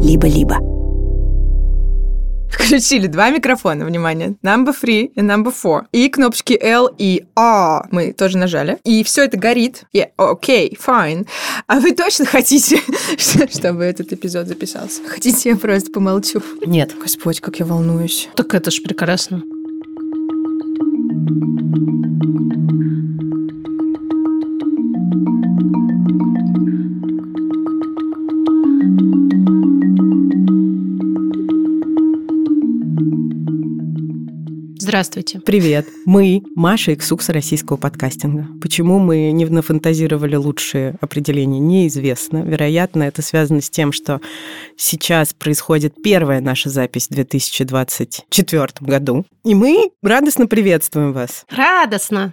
либо-либо. Включили 2 микрофона, внимание, number 3 и number 4. И кнопочки L и R мы тоже нажали. И все это горит. Окей, fine. А вы точно хотите, чтобы этот эпизод записался? Хотите, я просто помолчу? Нет. Господь, как я волнуюсь. Так это ж прекрасно. Здравствуйте. Привет. Мы Маша и Ксукса российского подкастинга. Почему мы не нафантазировали лучшие определения, неизвестно. Вероятно, это связано с тем, что сейчас происходит первая наша запись в 2024 году. И мы радостно приветствуем вас. Радостно.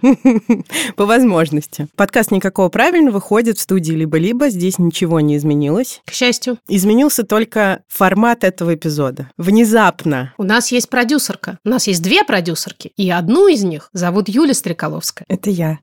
По возможности. Подкаст «Никакого правильного» выходит в студии «Либо-либо». Здесь ничего не изменилось. К счастью. Изменился только формат этого эпизода. Внезапно. У нас есть продюсерка. У нас есть 2 продюсерки. И одну из них зовут Юля Стрекаловская. Это я.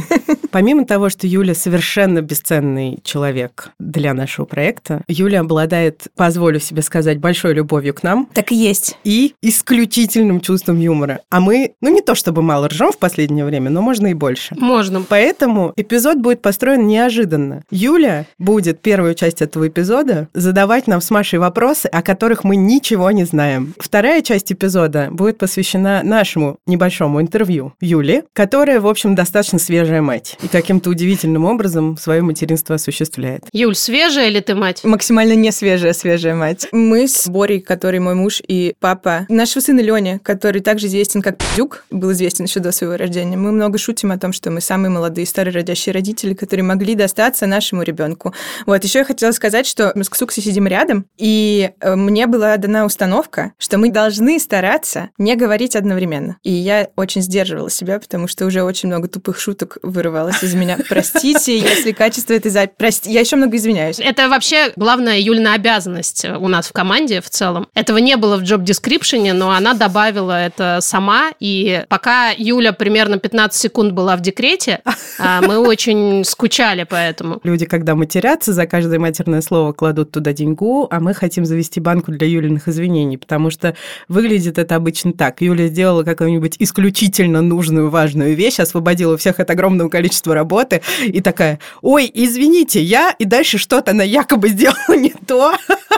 Помимо того, что Юля совершенно бесценный человек для нашего проекта, Юля обладает, позволю себе сказать, большой любовью к нам. Так и есть. И исключительным чувством юмора. А мы, не то чтобы мало ржем в последнее время, но можно и больше. Можно. Поэтому эпизод будет построен неожиданно. Юля будет первую часть этого эпизода задавать нам с Машей вопросы, о которых мы ничего не знаем. Вторая часть эпизода будет посвящена нашему небольшому интервью Юли, которая, в общем, достаточно свежая мать и каким-то удивительным образом свое материнство осуществляет. Юль, свежая ли ты мать? Максимально не свежая мать. Мы с Борей, который мой муж, и папа нашего сына Лёни, который также известен как Пдюк, был известен еще до своего рождения. Мы много шутим о том, что мы самые молодые старородящие родители, которые могли достаться нашему ребенку. Вот, еще я хотела сказать, что мы с Ксуксой сидим рядом, и мне была дана установка, что мы должны стараться не говорить одновременно. И я очень сдерживала себя, потому что уже очень много тупых шуток вырывалось из меня. Простите, если качество этой записи... Прости, я еще много извиняюсь. Это вообще главная Юлина обязанность у нас в команде в целом. Этого не было в job description, но она добавила это сама. И пока Юля примерно 15 секунд была в декрете, мы очень скучали по этому. Люди, когда матерятся, за каждое матерное слово кладут туда деньгу, а мы хотим завести банку для Юлиных извинений, потому что выглядит это обычно так. Юля сделала какую-нибудь исключительно нужную, важную вещь, освободила всех от огромного количества работы и такая: ой, извините, и дальше что-то она якобы сделала не то,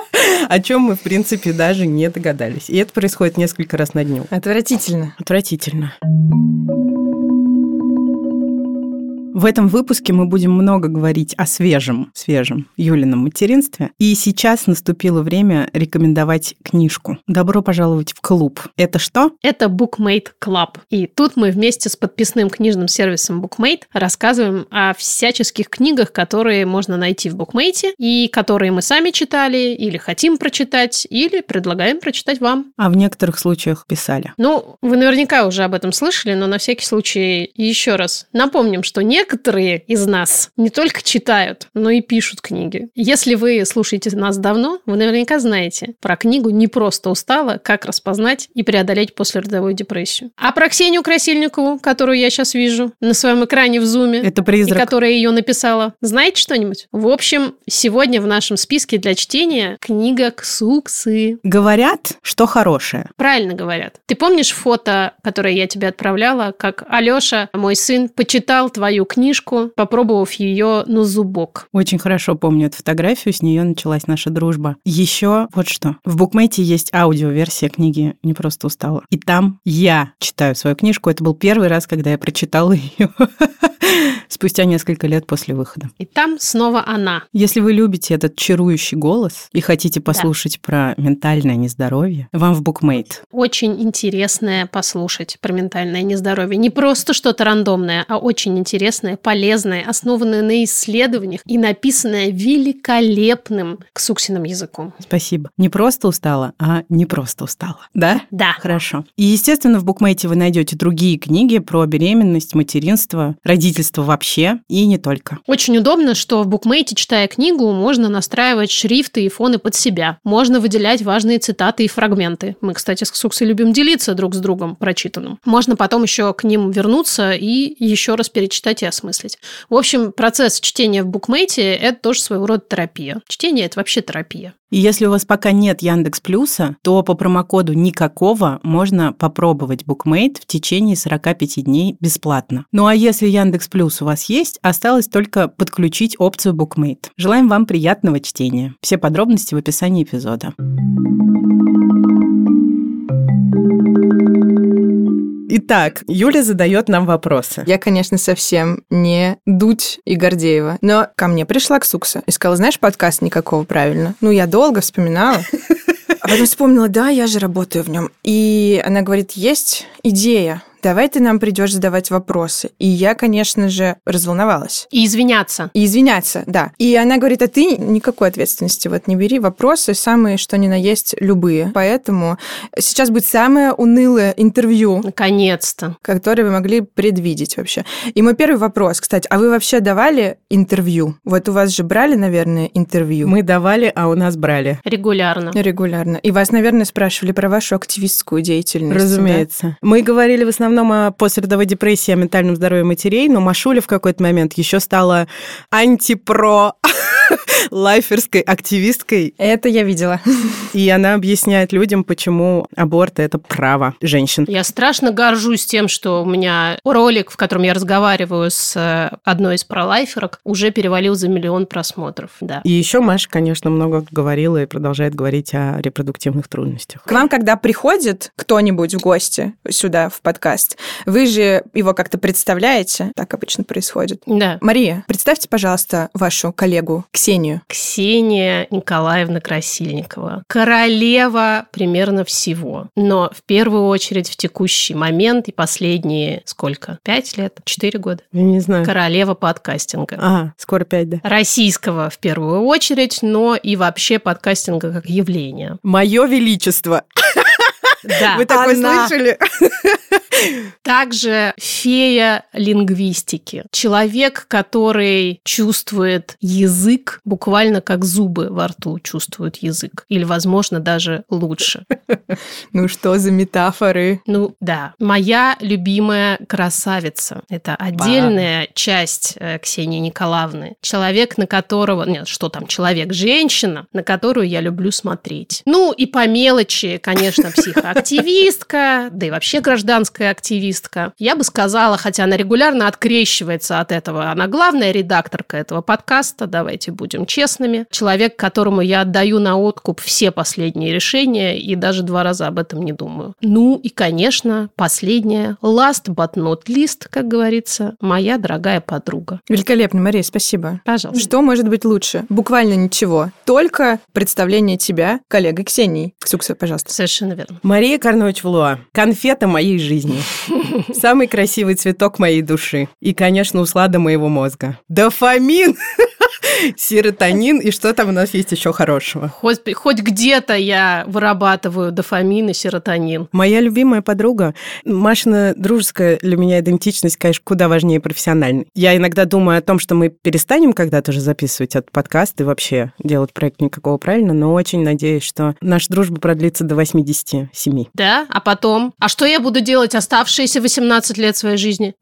о чем мы, в принципе, даже не догадались. И это происходит несколько раз на дню. Отвратительно. Отвратительно. В этом выпуске мы будем много говорить о свежем Юлином материнстве. И сейчас наступило время рекомендовать книжку. Добро пожаловать в клуб. Это что? Это Bookmate Club. И тут мы вместе с подписным книжным сервисом Bookmate рассказываем о всяческих книгах, которые можно найти в Bookmate, и которые мы сами читали, или хотим прочитать, или предлагаем прочитать вам. А в некоторых случаях писали. Вы наверняка уже об этом слышали, но на всякий случай еще раз напомним, что некоторые из нас не только читают, но и пишут книги. Если вы слушаете нас давно, вы наверняка знаете про книгу «Не просто устала. Как распознать и преодолеть послеродовую депрессию». А про Ксению Красильникову, которую я сейчас вижу на своем экране в Зуме, это призрак, и которая ее написала, знаете что-нибудь? В общем, сегодня в нашем списке для чтения книга Ксуксы. Говорят, что хорошая. Правильно говорят. Ты помнишь фото, которое я тебе отправляла, как Алёша, мой сын, почитал твою книжку, попробовав ее на зубок? Очень хорошо помню эту фотографию, с нее началась наша дружба. Еще вот что. В Bookmate есть аудиоверсия книги «Не просто устала». И там я читаю свою книжку. Это был первый раз, когда я прочитала ее спустя несколько лет после выхода. И там снова она. Если вы любите этот чарующий голос и хотите послушать про ментальное нездоровье, вам в Bookmate. Очень интересное послушать про ментальное нездоровье. Не просто что-то рандомное, а очень интересное, полезное, основанное на исследованиях и написанное великолепным Ксуксиным языком. Спасибо. Не просто устала, а не просто устала. Да? Да. Хорошо. И, естественно, в Bookmate вы найдете другие книги про беременность, материнство, родительство вообще вообще и не только. Очень удобно, что в букмейте, читая книгу, можно настраивать шрифты и фоны под себя. Можно выделять важные цитаты и фрагменты. Мы, кстати, с Ксуксой любим делиться друг с другом прочитанным. Можно потом еще к ним вернуться и еще раз перечитать и осмыслить. В общем, процесс чтения в букмейте – это тоже своего рода терапия. Чтение – это вообще терапия. И если у вас пока нет Яндекс.Плюса, то по промокоду «Никакого» можно попробовать букмейт в течение 45 дней бесплатно. Ну а если Яндекс.Плюс у вас есть, осталось только подключить опцию букмейт. Желаем вам приятного чтения. Все подробности в описании эпизода. Итак, Юля задает нам вопросы. Я, конечно, совсем не Дудь и Гордеева, но ко мне пришла Ксукса и сказала, знаешь, подкаст «Никакого», правильно? Ну, я долго вспоминала. А потом вспомнила, да, я же работаю в нем. И она говорит, есть идея. Давай ты нам придешь задавать вопросы. И я, конечно же, разволновалась. И извиняться. И извиняться, да. И она говорит, а ты никакой ответственности вот не бери. Вопросы самые, что ни на есть, любые. Поэтому сейчас будет самое унылое интервью. Наконец-то. Которое вы могли предвидеть вообще. И мой первый вопрос, кстати, а вы вообще давали интервью? Вот у вас же брали, наверное, интервью? Мы давали, а у нас брали. Регулярно. Регулярно. И вас, наверное, спрашивали про вашу активистскую деятельность. Разумеется. Да? Мы говорили в основном о послеродовой депрессии, о ментальном здоровье матерей, но Машуля в какой-то момент еще стала антипро лайферской активисткой. Это я видела. И она объясняет людям, почему аборт – это право женщин. Я страшно горжусь тем, что у меня ролик, в котором я разговариваю с одной из пролайферок, уже перевалил за 1 миллион просмотров. Да. И еще Маша, конечно, много говорила и продолжает говорить о репродуктивных трудностях. К вам, когда приходит кто-нибудь в гости сюда, в подкаст, вы же его как-то представляете? Так обычно происходит. Да. Мария, представьте, пожалуйста, вашу коллегу Ксению. Ксения Николаевна Красильникова. Королева примерно всего. Но в первую очередь в текущий момент и последние, сколько? 5 лет? 4 года? Я не знаю. Королева подкастинга. Ага, скоро 5, да. Российского в первую очередь, но и вообще подкастинга как явление. Мое величество. Да. Вы такое слышали? Также фея лингвистики. Человек, который чувствует язык буквально как зубы во рту чувствуют язык. Или, возможно, даже лучше. Ну что за метафоры? Ну да. Моя любимая красавица. Это отдельная часть Ксении Николаевны. Человек, на которого... Нет, что там, человек-женщина, на которую я люблю смотреть. Ну и по мелочи, конечно, психоактивистка, да и вообще гражданская активистка. Я бы сказала, хотя она регулярно открещивается от этого, она главная редакторка этого подкаста, давайте будем честными. Человек, которому я отдаю на откуп все последние решения и даже 2 раза об этом не думаю. Ну и, конечно, последняя, last but not least, как говорится, моя дорогая подруга. Великолепно, Мария, спасибо. Пожалуйста. Что может быть лучше? Буквально ничего. Только представление тебя коллегой Ксении. Ксукса, пожалуйста. Совершенно верно. Мария Карнович-Валуа. Конфета моей жизни. Самый красивый цветок моей души. И, конечно, услада моего мозга. Дофамин! Серотонин. И что там у нас есть еще хорошего? Хоть где-то я вырабатываю дофамин и серотонин. Моя любимая подруга, Машина дружеская для меня идентичность, конечно, куда важнее профессиональной. Я иногда думаю о том, что мы перестанем когда-то же записывать этот подкаст и вообще делать проект «Никакого», правильно, но очень надеюсь, что наша дружба продлится до 87. Да? А потом? А что я буду делать оставшиеся 18 лет своей жизни?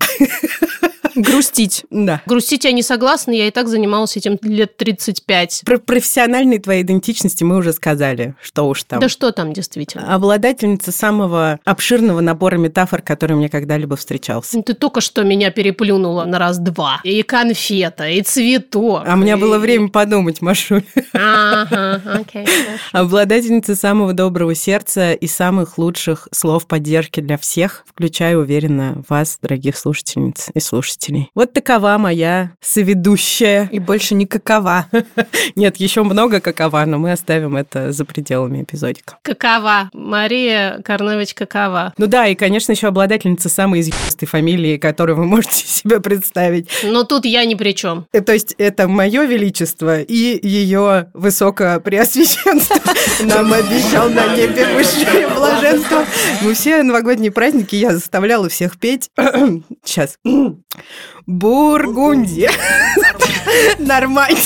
Грустить. Да. Грустить я не согласна, я и так занималась этим лет 35. Про профессиональной твоей идентичности мы уже сказали, что уж там. Да что там действительно? Обладательница самого обширного набора метафор, который мне когда-либо встречался. Ты только что меня переплюнула на раз-два. И конфета, и цветок. А у меня было время подумать, Машуль. Ага, окей. Обладательница самого доброго сердца и самых лучших слов поддержки для всех, включая, уверенно, вас, дорогих слушательниц и слушателей. Вот такова моя соведущая. И больше никакова. Нет, еще много какова, но мы оставим это за пределами эпизодика. Какова. Мария Карнович какова. Ну да, и, конечно, еще обладательница самой изъебистой фамилии, которую вы можете себе представить. Но тут я ни при чем. То есть это мое величество и ее высокопреосвященство нам обещал на небе высшее блаженство. Мы все новогодние праздники, я заставляла всех петь. Сейчас. Бургундия, Нормандия,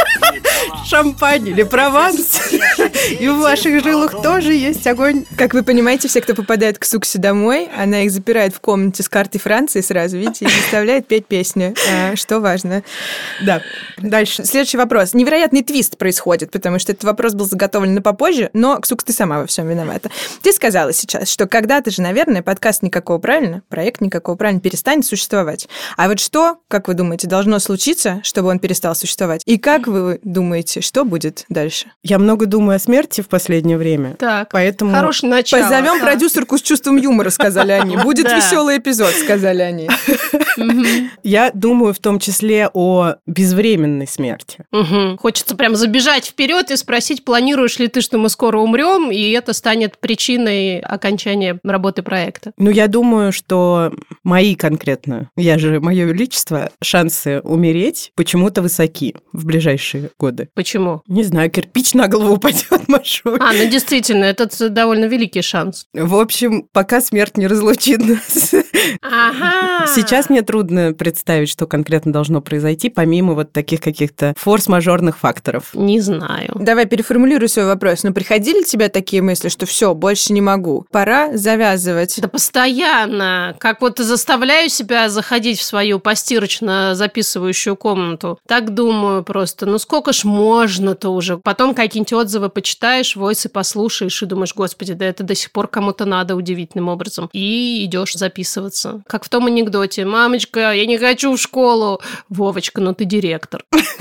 Шампань или Прованс. И в ваших жилах тоже есть огонь. Как вы понимаете, все, кто попадает к Суксе домой, она их запирает в комнате с картой Франции сразу, видите, и заставляет петь песню, что важно. Да, дальше. Следующий вопрос. Невероятный твист происходит, потому что этот вопрос был заготовлен на попозже, но, Ксукс, ты сама во всем виновата. Ты сказала сейчас, что когда-то же, наверное, подкаст «Никакого правильно», проект «Никакого правильно» перестанет существовать. А вот что, как вы думаете, должно случиться, чтобы он перестал существовать? И как вы думаете, что будет дальше? Я много думаю о смерти в последнее время. Так, поэтому хорошее начало. Позовем продюсерку с чувством юмора, сказали они. Будет веселый эпизод, сказали они. Я думаю в том числе о безвременной смерти. Хочется прям забежать вперед и спросить, планируешь ли ты, что мы скоро умрем, и это станет причиной окончания работы проекта? Ну, я думаю, что мои конкретно, мое величество, шансы умереть почему-то высоки в ближайшие годы. Почему? Не знаю, кирпич на голову упадет, Машу. Ну действительно, это довольно великий шанс. В общем, пока смерть не разлучит нас. Ага. Сейчас мне трудно представить, что конкретно должно произойти, помимо вот таких каких-то форс-мажорных факторов. Не знаю. Давай переформулирую свой вопрос. Приходили ли тебе такие мысли, что все, больше не могу, пора завязывать? Да постоянно. Как вот заставляю себя заходить в свою постирочно-записывающую комнату. Так думаю просто, сколько ж можно-то уже? Потом какие-нибудь отзывы почитаешь, войсы послушаешь и думаешь, господи, да это до сих пор кому-то надо удивительным образом. И идешь записываться. Как в том анекдоте. Мамочка, я не хочу в школу. Вовочка, ты директор.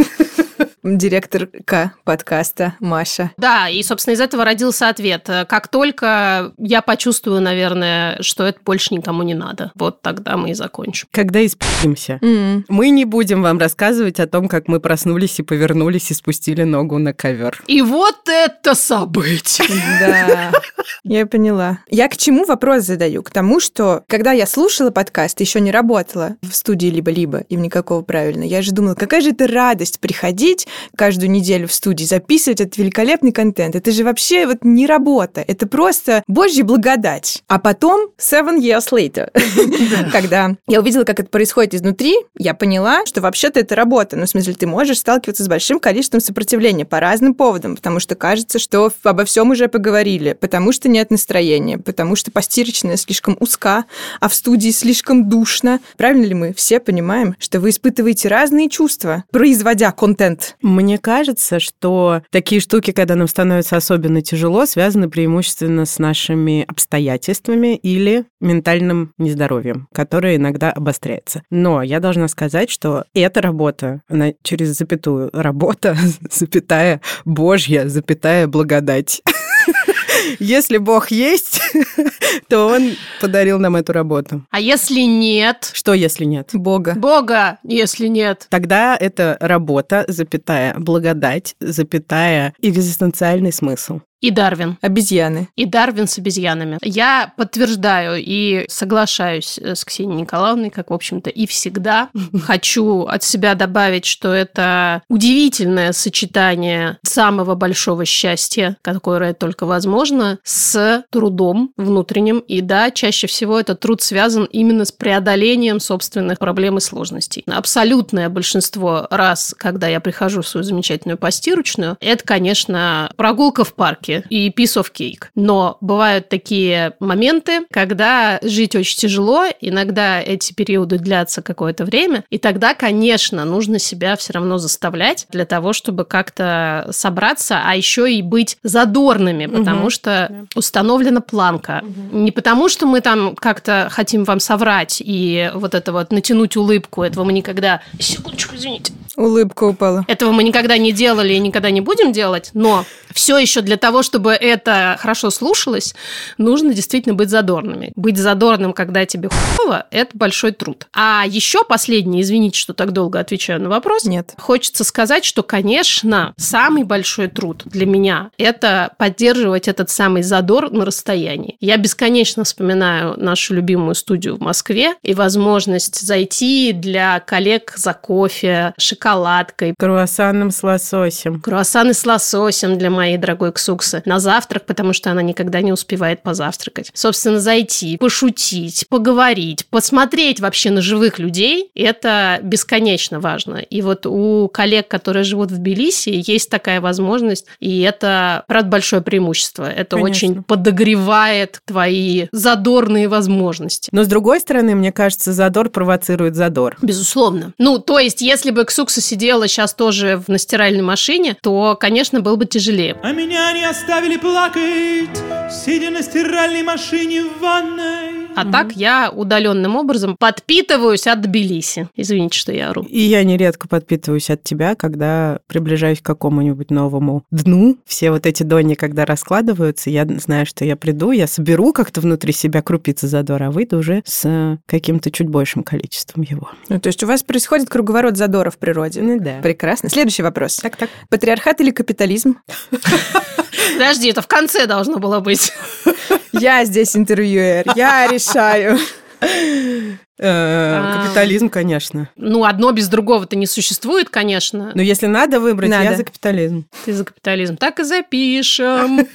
Директорка подкаста Маша. Да, и, собственно, из этого родился ответ. Как только я почувствую, наверное, что это больше никому не надо, вот тогда мы и закончим. Когда испитимся. Мы не будем вам рассказывать о том, как мы проснулись и повернулись и спустили ногу на ковер. И вот это событие! Да, я поняла. Я к чему вопрос задаю? К тому, что когда я слушала подкаст, еще не работала в студии «Либо-либо» и в «Никакого правильно», я же думала, какая же это радость приходить каждую неделю в студии, записывать этот великолепный контент. Это же вообще не работа, это просто божья благодать. А потом 7 years later, когда я увидела, как это происходит изнутри, я поняла, что вообще-то это работа. В смысле, ты можешь сталкиваться с большим количеством сопротивления по разным поводам, потому что кажется, что обо всем уже поговорили, потому что нет настроения, потому что постирочная слишком узка, а в студии слишком душно. Правильно ли мы все понимаем, что вы испытываете разные чувства, производя контент? Мне кажется, что такие штуки, когда нам становится особенно тяжело, связаны преимущественно с нашими обстоятельствами или ментальным нездоровьем, которое иногда обостряется. Но я должна сказать, что эта работа, она через запятую, работа, запятая, Божья, запятая, благодать. Если Бог есть, то Он подарил нам эту работу. А если нет? Что если нет? Бога, если нет. Тогда это работа, запятая, благодать, запятая, экзистенциальный смысл. И Дарвин. Обезьяны. И Дарвин с обезьянами. Я подтверждаю и соглашаюсь с Ксенией Николаевной, как, в общем-то, и всегда. Хочу от себя добавить, что это удивительное сочетание самого большого счастья, которое только возможно, с трудом внутренним. И да, чаще всего этот труд связан именно с преодолением собственных проблем и сложностей. Абсолютное большинство раз, когда я прихожу в свою замечательную постирочную, это, конечно, прогулка в парке и piece of cake. Но бывают такие моменты, когда жить очень тяжело, иногда эти периоды длятся какое-то время, и тогда, конечно, нужно себя все равно заставлять для того, чтобы как-то собраться, а еще и быть задорными, потому что установлена планка. Не потому, что мы там как-то хотим вам соврать и вот это вот натянуть улыбку, этого мы никогда... Секундочку, извините. Улыбка упала. Этого мы никогда не делали и никогда не будем делать, но все еще для того, чтобы это хорошо слушалось, нужно действительно быть задорными. Быть задорным, когда тебе хуево, это большой труд. А еще последнее, извините, что так долго отвечаю на вопрос. Нет. Хочется сказать, что, конечно, самый большой труд для меня – это поддерживать этот самый задор на расстоянии. Я бесконечно вспоминаю нашу любимую студию в Москве и возможность зайти для коллег за кофе, шоколадом, шоколадкой. Круассаном с лососем. Круассаны с лососем для моей дорогой Ксуксы. На завтрак, потому что она никогда не успевает позавтракать. Собственно, зайти, пошутить, поговорить, посмотреть вообще на живых людей – это бесконечно важно. И вот у коллег, которые живут в Тбилиси, есть такая возможность, и это, правда, большое преимущество. Это Конечно. очень подогревает твои задорные возможности. Но, с другой стороны, мне кажется, задор провоцирует задор. Безусловно. Ну, то есть, если бы Ксукса сидела сейчас тоже на стиральной машине, то, конечно, было бы тяжелее. А меня не оставили плакать, сидя на стиральной машине в ванной. А так я удаленным образом подпитываюсь от Тбилиси. Извините, что я ору. И я нередко подпитываюсь от тебя, когда приближаюсь к какому-нибудь новому дну. Все вот эти дони, когда раскладываются, я знаю, что я приду, я соберу как-то внутри себя крупицы задора, а выйду уже с каким-то чуть большим количеством его. Ну, то есть у вас происходит круговорот задора в природе. Ну да. Прекрасно. Следующий вопрос. Так. Патриархат или капитализм? Подожди, это в конце должно было быть. Я здесь интервьюер, я решаю. Капитализм, конечно. Ну, одно без другого-то не существует, конечно. Но если надо выбрать, я за капитализм. Ты за капитализм. Так и запишем.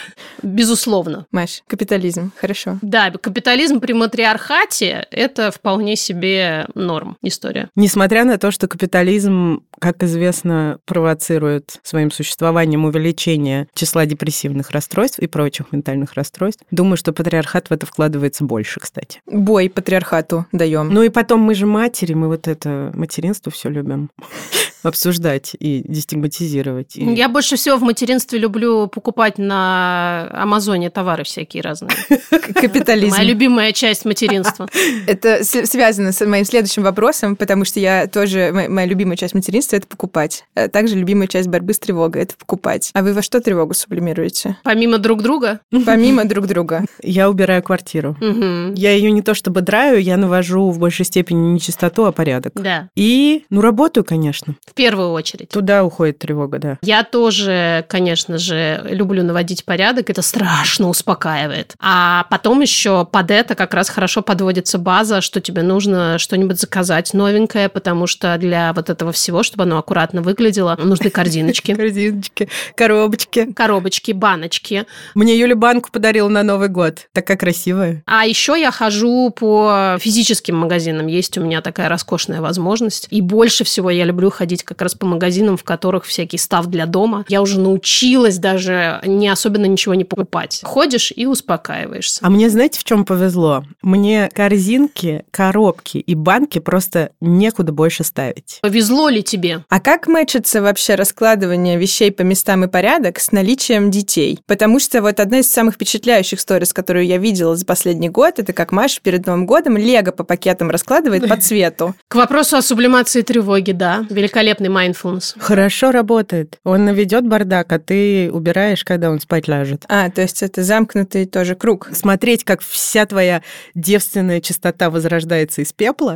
Безусловно. Маш, капитализм, хорошо. Да, капитализм при матриархате – это вполне себе норм история. Несмотря на то, что капитализм, как известно, провоцирует своим существованием увеличение числа депрессивных расстройств и прочих ментальных расстройств, думаю, что патриархат в это вкладывается больше, кстати. Бой патриархату даем. Ну и потом мы же матери, мы вот это материнство все любим обсуждать и дестигматизировать. Я больше всего в материнстве люблю покупать на Амазоне товары всякие разные. Капитализм. Моя любимая часть материнства. Это связано с моим следующим вопросом, потому что я тоже... Моя любимая часть материнства – это покупать. А также любимая часть борьбы с тревогой – это покупать. А вы во что тревогу сублимируете? Помимо друг друга? Помимо друг друга. Я убираю квартиру. Угу. Я ее не то чтобы драю, я навожу в большей степени не чистоту, а порядок. Да. И, работаю, конечно. В первую очередь. Туда уходит тревога, да. Я тоже, конечно же, люблю наводить порядок. Это страшно успокаивает. А потом еще под это как раз хорошо подводится база, что тебе нужно что-нибудь заказать новенькое, потому что для вот этого всего, чтобы оно аккуратно выглядело, нужны корзиночки. Корзиночки, коробочки. Коробочки, баночки. Мне Юля банку подарила на Новый год. Такая красивая. А еще я хожу по физическим магазинам. Есть у меня такая роскошная возможность. И больше всего я люблю ходить как раз по магазинам, в которых всякий став для дома. Я уже научилась даже не особенно ничего не покупать. Ходишь и успокаиваешься. А мне, знаете, в чем повезло? Мне корзинки, коробки и банки просто некуда больше ставить. Повезло ли тебе? А как мэчится вообще раскладывание вещей по местам и порядок с наличием детей? Потому что вот одна из самых впечатляющих сториз, которую я видела за последний год, это как Маша перед Новым годом лего по пакетам раскладывает по цвету. К вопросу о сублимации тревоги, да. Великолепный mindfulness. Хорошо работает. Он наведет бардак, а ты убираешь, когда он спать ляжет. То есть это замкнутый тоже круг. Смотреть, как вся твоя девственная чистота возрождается из пепла,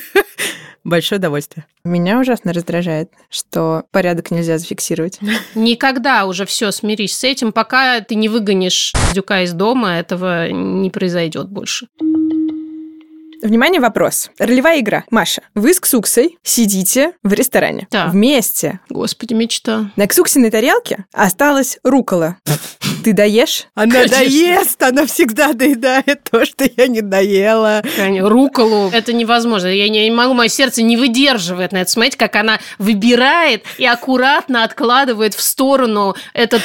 большое удовольствие. Меня ужасно раздражает, что порядок нельзя зафиксировать. Никогда уже все, смирись с этим. Пока ты не выгонишь дюка из дома, этого не произойдет больше. Внимание, вопрос. Ролевая игра. Маша, вы с Ксуксой сидите в ресторане. Да. Вместе. Господи, мечта. На Ксуксиной тарелке осталась руккола. Ты доешь? Она доест, она всегда доедает то, что я не доела. Рукколу. Это невозможно. Я не могу, мое сердце не выдерживает на это. Смотрите, как она выбирает и аккуратно откладывает в сторону этот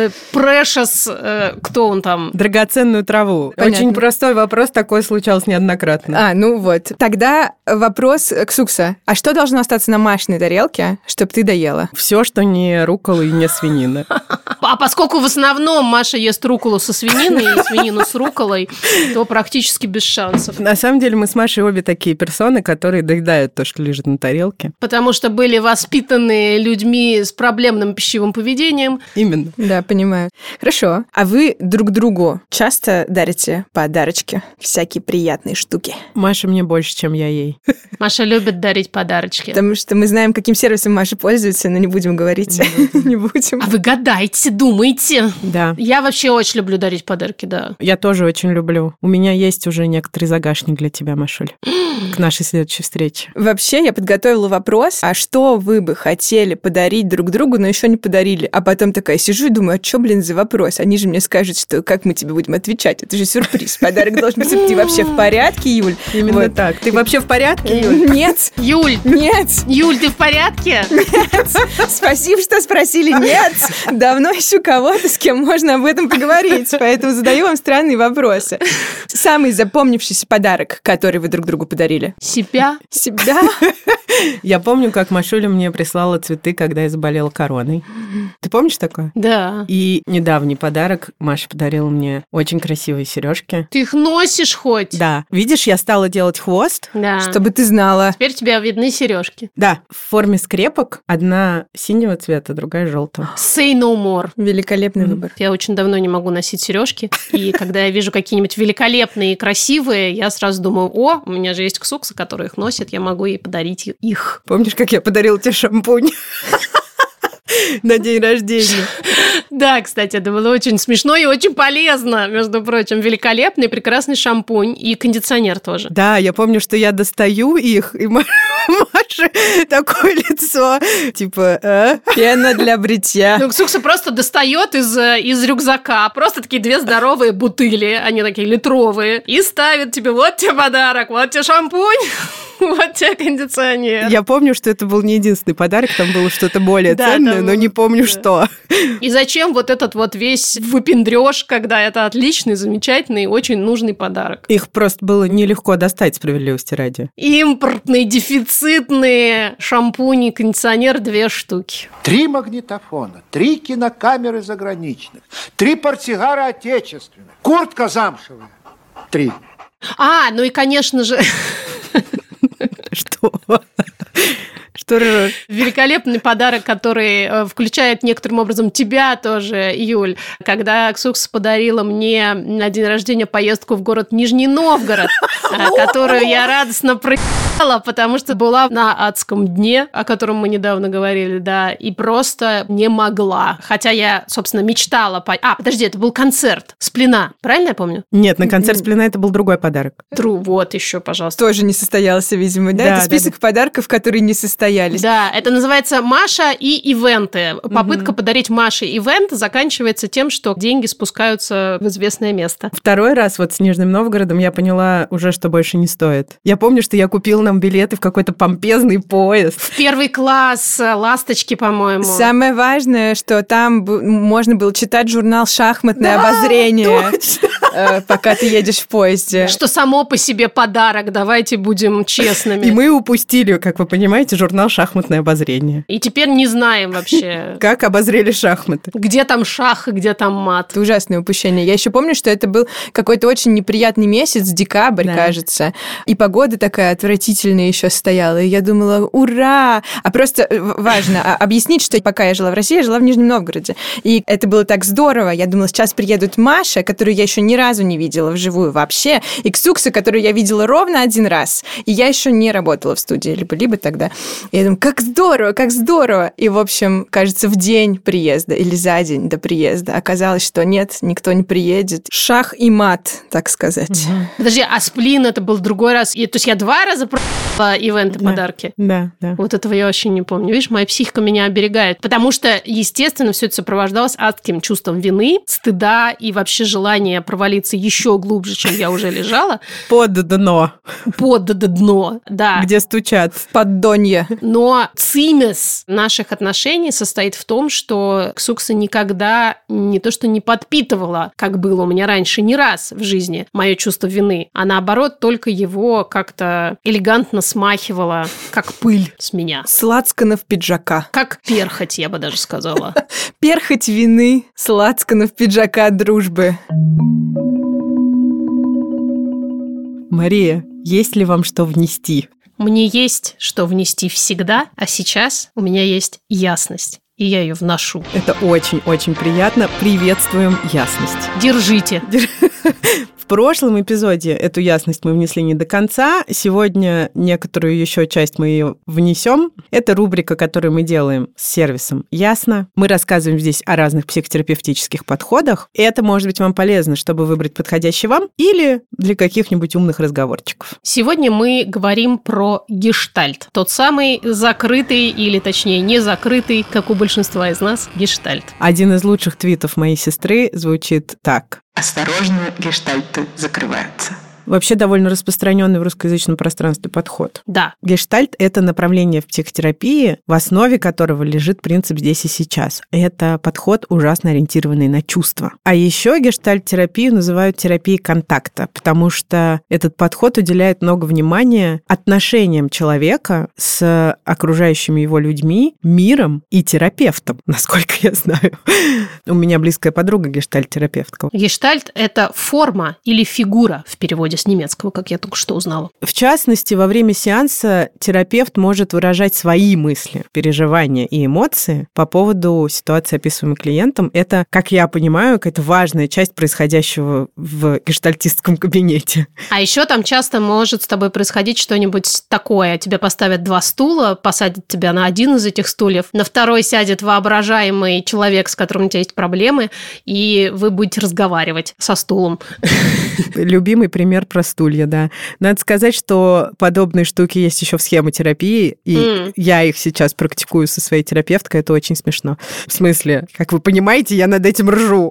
precious, кто он там? Драгоценную траву. Понятно. Очень простой вопрос, такое случалось неоднократно. Ну вот. Тогда вопрос, Ксукса. А что должно остаться на Машиной тарелке, чтобы ты доела? Все, что не руккола и не свинина. А поскольку в основном Маша ест рукколу со свининой и свинину с рукколой, то практически без шансов. На самом деле мы с Машей обе такие персоны, которые доедают то, что лежит на тарелке. Потому что были воспитаны людьми с проблемным пищевым поведением. Именно. Да, понимаю. Хорошо. А вы друг другу часто дарите подарочки? Всякие приятные штуки? Маша мне больше, чем я ей. Маша любит дарить подарочки. Потому что мы знаем, каким сервисом Маша пользуется, но не будем говорить. Не будем. А вы гадайте, думайте. Да. Да. Я вообще очень люблю дарить подарки, да. Я тоже очень люблю. У меня есть уже некоторый загашник для тебя, Машуль, к нашей следующей встрече. Вообще, я подготовила вопрос, а что вы бы хотели подарить друг другу, но еще не подарили? А потом такая сижу и думаю, а что, за вопрос? Они же мне скажут, что как мы тебе будем отвечать? Это же сюрприз. Подарок должен быть. Ты вообще в порядке, Юль? Именно так. Ты вообще в порядке, Юль? Нет. Юль! Нет. Юль, ты в порядке? Нет. Спасибо, что спросили. Нет. Давно ищу кого-то, с кем можно об этом поговорить, поэтому задаю вам странные вопросы. Самый запомнившийся подарок, который вы друг другу подарили? Себя. Себя? Я помню, как Машуля мне прислала цветы, когда я заболела короной. Ты помнишь такое? Да. И недавний подарок Маша подарила мне очень красивые сережки. Ты их носишь хоть? Да. Видишь, я стала делать хвост. Да. Чтобы ты знала. Теперь у тебя видны сережки. Да, в форме скрепок. Одна синего цвета, другая желтого. Say no more. Великолепный выбор. Я очень давно не могу носить сережки, и когда я вижу какие-нибудь великолепные и красивые, я сразу думаю, о, у меня же есть ксукса, которая их носит, я могу ей подарить их. Помнишь, как я подарила тебе шампунь на день рождения? Да, кстати, это было очень смешно и очень полезно, между прочим. Великолепный, прекрасный шампунь и кондиционер тоже. Да, я помню, что я достаю их, и Маша такое лицо, типа... Пена для бритья. Ну, Ксукса просто достает из рюкзака просто такие 2 здоровые бутыли, они такие литровые, и ставит тебе, вот тебе подарок, вот тебе шампунь, вот тебе кондиционер. Я помню, что это был не единственный подарок, там было что-то более ценное, но не помню, что. И зачем вот этот вот весь выпендрёж, когда это отличный, замечательный, очень нужный подарок? Их просто было нелегко достать, справедливости ради. Импортные, дефицитные шампуни, кондиционер 2 штуки. 3 магнитофона, 3 кинокамеры заграничных, 3 портсигара отечественных, куртка замшевая. 3. Ну и, конечно же... Что? Что ржёшь? Великолепный подарок, который включает некоторым образом тебя тоже, Юль. Когда Ксукса подарила мне на день рождения поездку в город Нижний Новгород, которую я радостно проебала, потому что была на адском дне, о котором мы недавно говорили, да, и просто не могла. Хотя я, собственно, мечтала... подожди, это был концерт Сплина, правильно я помню? Нет, на концерт Сплина это был другой подарок. True, вот еще, пожалуйста. Тоже не состоялся, видимо, да? Это список подарков, которые не состоялись. Да, это называется «Маша и ивенты». Попытка подарить Маше ивент заканчивается тем, что деньги спускаются в известное место. Второй раз вот с Нижним Новгородом я поняла уже, что больше не стоит. Я помню, что я купила нам билеты в какой-то помпезный поезд. В 1 класс, «Ласточки», по-моему. Самое важное, что там можно было читать журнал «Шахматное обозрение», пока ты едешь в поезде. Что само по себе подарок, давайте будем честными. И мы упустили, как вы понимаете, журнал «Шахматное обозрение». И теперь не знаем вообще, как обозрели шахматы. Где там шах и где там мат. Это ужасное упущение. Я еще помню, что это был какой-то очень неприятный месяц, декабрь, кажется. И погода такая отвратительная еще стояла. И я думала, ура! А просто важно объяснить, что пока я жила в России, я жила в Нижнем Новгороде. И это было так здорово. Я думала, сейчас приедут Маша, которую я еще ни разу не видела вживую вообще, и Ксукса, которую я видела ровно 1 раз. И я еще не работала в студии, либо тогда. И я думаю, как здорово, как здорово. И, в общем, кажется, в день приезда или за день до приезда оказалось, что нет, никто не приедет. Шах и мат, так сказать. Подожди, а Сплин это был другой раз? То есть я 2 раза про ивенты, подарки? Да. Вот этого я вообще не помню. Видишь, моя психика меня оберегает. Потому что, естественно, все это сопровождалось адским чувством вины, стыда и вообще желания провалиться еще глубже, чем я уже лежала. Под дно. Под дно, да. Где стучат. Поддонье. Но цимес наших отношений состоит в том, что Ксукса никогда не то что не подпитывала, как было у меня раньше, ни раз в жизни, мое чувство вины, а наоборот только его как-то элегантно смахивала, как пыль с меня. С лацканов пиджака. Как перхоть, я бы даже сказала. Перхоть вины, с лацканов пиджака дружбы. Мария, есть ли вам что внести? Мне есть что внести всегда, а сейчас у меня есть ясность, и я ее вношу. Это очень-очень приятно. Приветствуем ясность. Держите. В прошлом эпизоде эту ясность мы внесли не до конца. Сегодня некоторую еще часть мы ее внесем. Это рубрика, которую мы делаем с сервисом «Ясно». Мы рассказываем здесь о разных психотерапевтических подходах. И это может быть вам полезно, чтобы выбрать подходящий вам или для каких-нибудь умных разговорчиков. Сегодня мы говорим про гештальт. Тот самый закрытый, или точнее не закрытый, как у большинства из нас, гештальт. Один из лучших твитов моей сестры звучит так. Осторожно, гештальты закрываются. Вообще довольно распространенный в русскоязычном пространстве подход. Да. Гештальт – это направление в психотерапии, в основе которого лежит принцип «здесь и сейчас». Это подход, ужасно ориентированный на чувства. А еще гештальт-терапию называют терапией контакта, потому что этот подход уделяет много внимания отношениям человека с окружающими его людьми, миром и терапевтом, насколько я знаю. У меня близкая подруга гештальт-терапевтка. Гештальт – это форма или фигура в переводе с немецкого, как я только что узнала. В частности, во время сеанса терапевт может выражать свои мысли, переживания и эмоции по поводу ситуации, описываемой клиентом. Это, как я понимаю, какая-то важная часть происходящего в гештальтистском кабинете. А еще там часто может с тобой происходить что-нибудь такое. Тебе поставят 2 стула, посадят тебя на один из этих стульев, на второй сядет воображаемый человек, с которым у тебя есть проблемы, и вы будете разговаривать со стулом. Любимый пример про стулья, да. Надо сказать, что подобные штуки есть еще в схемотерапии, и я их сейчас практикую со своей терапевткой, это очень смешно. В смысле, как вы понимаете, я над этим ржу.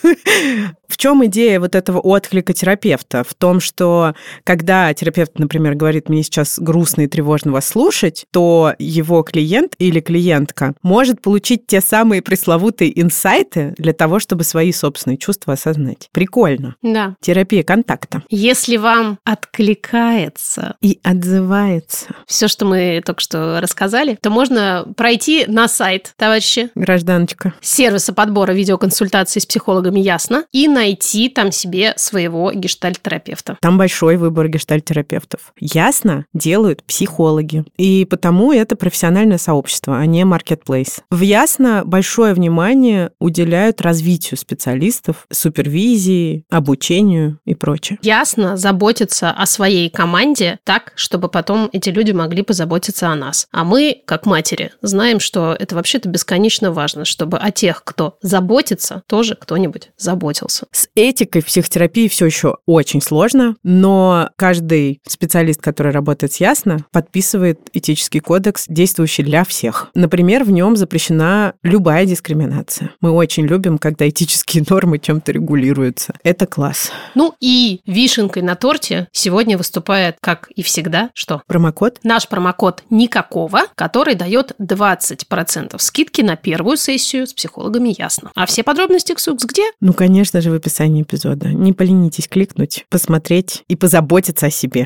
В чем идея вот этого отклика терапевта? В том, что когда терапевт, например, говорит, мне сейчас грустно и тревожно вас слушать, то его клиент или клиентка может получить те самые пресловутые инсайты для того, чтобы свои собственные чувства осознать. Прикольно. Да. Терапия контакта. Если вам откликается и отзывается все, что мы только что рассказали, то можно пройти на сайт, товарищи, гражданочка, сервиса подбора видеоконсультаций с психологами «Ясно» и найти там себе своего гештальт-терапевта. Там большой выбор гештальт-терапевтов. «Ясно» делают психологи. И потому это профессиональное сообщество, а не маркетплейс. В «Ясно» большое внимание уделяют развитию специалистов, супервизии, обучению и прочее. «Ясно» заботится о своей команде так, чтобы потом эти люди могли позаботиться о нас. А мы, как матери, знаем, что это вообще-то бесконечно важно, чтобы о тех, кто заботится, тоже кто-нибудь заботился. С этикой в психотерапии все еще очень сложно, но каждый специалист, который работает с «Ясно», подписывает этический кодекс, действующий для всех. Например, в нем запрещена любая дискриминация. Мы очень любим, когда этические нормы чем-то регулируются. Это класс. Ну и вишенкой на торте сегодня выступает, как и всегда, что? Промокод? Наш промокод «Никакого», который дает 20% скидки на первую сессию с психологами «Ясно». А все подробности, Ксукс, где? Ну, конечно же, в описании эпизода. Не поленитесь кликнуть, посмотреть и позаботиться о себе.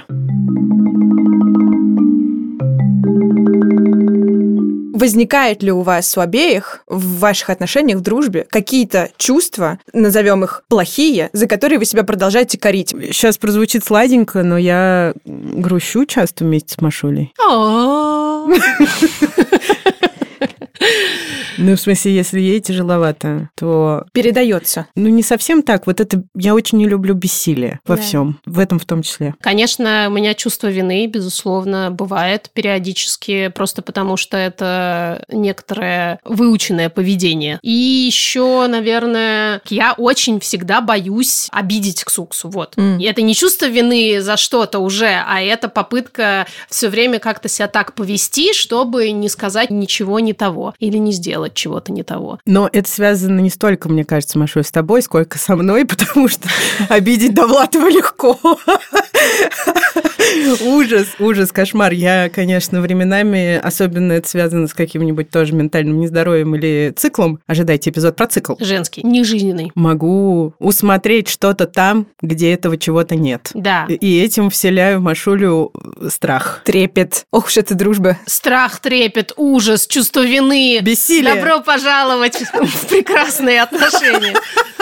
Возникает ли у вас у обеих в ваших отношениях, в дружбе, какие-то чувства, назовем их плохие, за которые вы себя продолжаете корить? Сейчас прозвучит сладенько, но я грущу часто вместе с Машулей. Ну, в смысле, если ей тяжеловато, то... Передается. Ну, не совсем так. Вот это... Я очень не люблю бессилие во всем. В этом в том числе. Конечно, у меня чувство вины, безусловно, бывает периодически, просто потому что это некоторое выученное поведение. И еще, наверное, я очень всегда боюсь обидеть Ксуксу. Вот. И это не чувство вины за что-то уже, а это попытка все время как-то себя так повести, чтобы не сказать ничего не того или не сделать чего-то не того. Но это связано не столько, мне кажется, Машуль, с тобой, сколько со мной, потому что обидеть Довлатова легко. Ужас, кошмар. Я, конечно, временами, особенно это связано с каким-нибудь тоже ментальным нездоровьем или циклом, ожидайте эпизод про цикл. Женский, нежизненный. Могу усмотреть что-то там, где этого чего-то нет. Да. И этим вселяю в Машулю страх. Трепет. Ох уж эта дружба. Страх, трепет, ужас, чувство вины. Бессилие. Добро пожаловать в прекрасные отношения.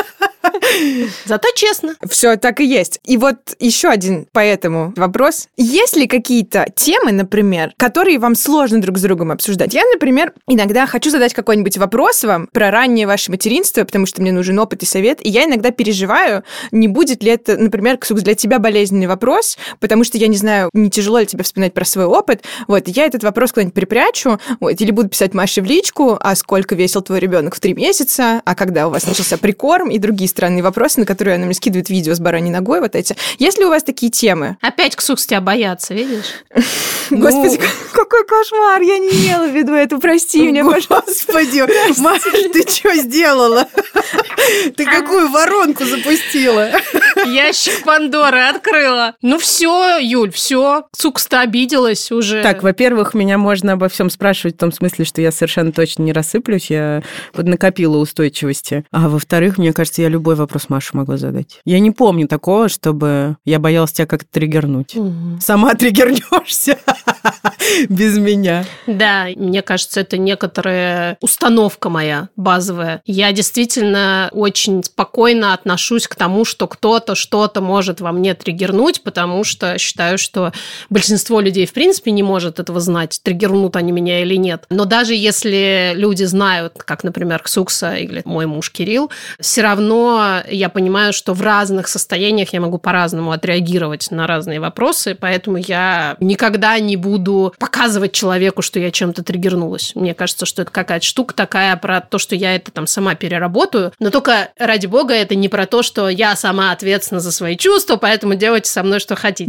Зато честно. Все так и есть. И вот еще один по этому вопрос. Есть ли какие-то темы, например, которые вам сложно друг с другом обсуждать? Я, например, иногда хочу задать какой-нибудь вопрос вам про раннее ваше материнство, потому что мне нужен опыт и совет, и я иногда переживаю, не будет ли это, например, Ксукс, для тебя болезненный вопрос, потому что я не знаю, не тяжело ли тебе вспоминать про свой опыт. Вот, я этот вопрос куда-нибудь припрячу, вот, или буду писать Маше в личку, а сколько весил твой ребенок в 3 месяца, а когда у вас начался прикорм, и другие странные вопросы, на которые она мне скидывает видео с бараньей ногой, вот эти. Есть ли у вас такие темы? Опять Ксукс тебя боятся, видишь? Господи, какой кошмар! Я не имела в виду это, прости меня, пожалуйста. Господи, Маша, ты что сделала? Ты какую воронку запустила? Ящик Пандоры открыла. Ну все, Юль, все. Ксукс-то обиделась уже. Так, во-первых, меня можно обо всем спрашивать в том смысле, что я совершенно точно не рассыплюсь, я поднакопила устойчивости. А во-вторых, мне кажется, я любой вопрос Маше могу задать. Я не помню такого, чтобы я боялась тебя как-то триггернуть. Сама триггернешься без меня. Да, мне кажется, это некоторая установка моя базовая. Я действительно очень спокойно отношусь к тому, что кто-то что-то может во мне триггернуть, потому что считаю, что большинство людей в принципе не может этого знать, триггернут они меня или нет. Но даже если люди знают, как, например, Ксукса или мой муж Кирилл, все равно я понимаю, что в разных состояниях я могу по-разному отреагировать на разные вопросы, поэтому я никогда не буду показывать человеку, что я чем-то триггернулась. Мне кажется, что это какая-то штука такая про то, что я это там сама переработаю, но только, ради бога, это не про то, что я сама ответственна за свои чувства, поэтому делайте со мной, что хотите.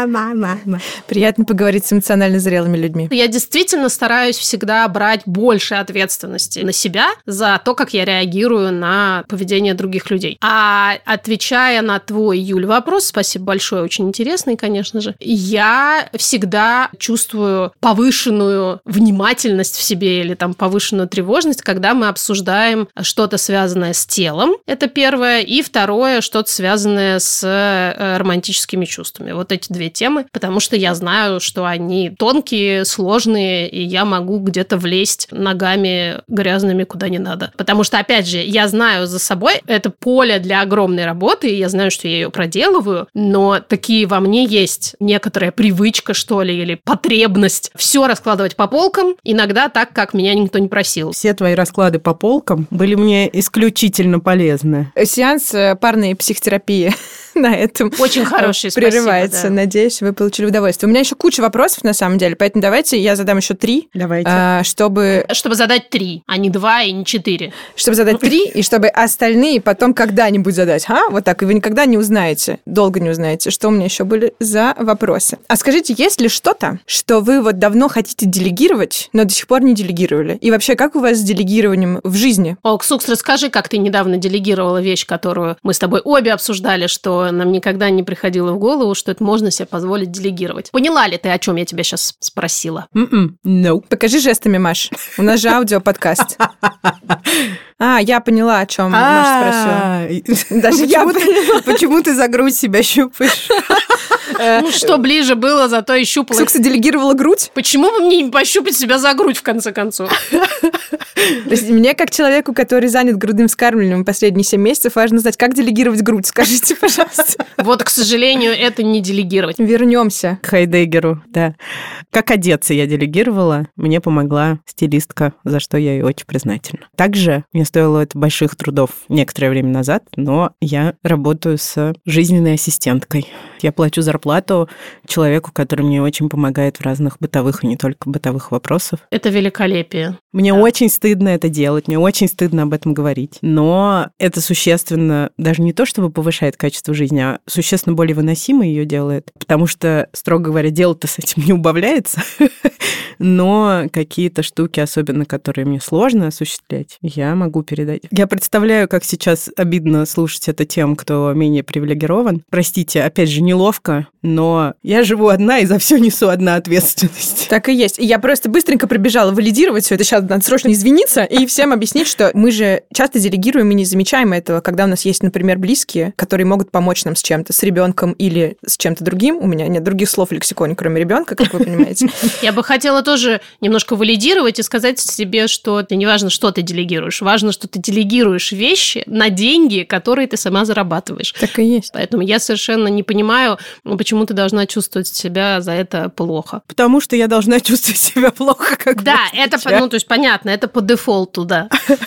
Приятно поговорить с эмоционально зрелыми людьми. Я действительно стараюсь всегда брать больше ответственности на себя за то, как я реагирую на поведение других людей. А отвечая на твой, Юль, вопрос, спасибо большое, очень интересный, конечно же, я всегда чувствую повышенную внимательность в себе или там повышенную тревожность, когда мы обсуждаем что-то, связанное с телом, это первое, и второе, что-то связанное с романтическими чувствами. Вот эти две темы, потому что я знаю, что они тонкие, сложные, и я могу где-то влезть ногами грязными куда не надо. Потому что, опять же, я знаю за собой, это поле для огромной работы, и я знаю, что я ее проделываю, но такие во мне есть некоторая привычка, что ли, или потребность все раскладывать по полкам, иногда так, как меня никто не просил. Все твои расклады по полкам были мне исключительно полезны. Сеанс парной психотерапии на этом очень хороший, прерывается. Спасибо, да. Надеюсь, вы получили удовольствие. У меня еще куча вопросов, на самом деле, поэтому давайте я задам еще 3. Давайте. Чтобы задать 3, а не 2 и не 4. Чтобы задать 3, и чтобы остальные потом когда-нибудь задать. Вот так, и вы никогда не узнаете, долго не узнаете, что у меня еще были за вопросы. А скажите, есть ли что-то, что вы вот давно хотите делегировать, но до сих пор не делегировали? И вообще, как у вас с делегированием в жизни? Ксукс, расскажи, как ты недавно делегировала вещь, которую мы с тобой обе обсуждали, что нам никогда не приходило в голову, что это можно себе позволить делегировать. Поняла ли ты, о чем я тебя сейчас спросила? No. Покажи жестами, Маш. У нас же аудиоподкаст. Я поняла, о чем Маша спросила. Даже я поняла. Почему ты за грудь себя щупаешь? Ну, что ближе было, зато и щупала. Ксукса делегировала грудь? Почему бы мне не пощупать себя за грудь, в конце концов? Мне, как человеку, который занят грудным вскармливанием последние 7 месяцев, важно знать, как делегировать грудь. Скажите, пожалуйста. Вот, к сожалению, это не делегировать. Вернемся к Хайдеггеру, да. Как одеться я делегировала, мне помогла стилистка, за что я ей очень признательна. Также мне стоило это больших трудов некоторое время назад, но я работаю с жизненной ассистенткой. Я плачу зарплату человеку, который мне очень помогает в разных бытовых и не только бытовых вопросах. Это великолепие. Мне очень стыдно это делать, мне очень стыдно об этом говорить. Но это существенно, даже не то, чтобы повышает качество жизни, а существенно более выносимо ее делает. Потому что, строго говоря, дело-то с этим не убавляется. Но какие-то штуки, особенно которые мне сложно осуществлять, я могу передать. Я представляю, как сейчас обидно слушать это тем, кто менее привилегирован. Простите, опять же, неловко но я живу одна и за все несу одна ответственность. Так и есть. И я просто быстренько пробежала валидировать все это. Сейчас надо срочно извиниться и всем объяснить, что мы же часто делегируем и не замечаем этого, когда у нас есть, например, близкие, которые могут помочь нам с чем-то, с ребенком или с чем-то другим. У меня нет других слов в лексиконе, кроме ребенка, как вы понимаете. Я бы хотела тоже немножко валидировать и сказать себе, что не важно, что ты делегируешь, важно, что ты делегируешь вещи на деньги, которые ты сама зарабатываешь. Так и есть. Поэтому я совершенно не понимаю, почему ты должна чувствовать себя за это плохо. Потому что я должна чувствовать себя плохо, как да, это, то есть понятно, это по дефолту, да.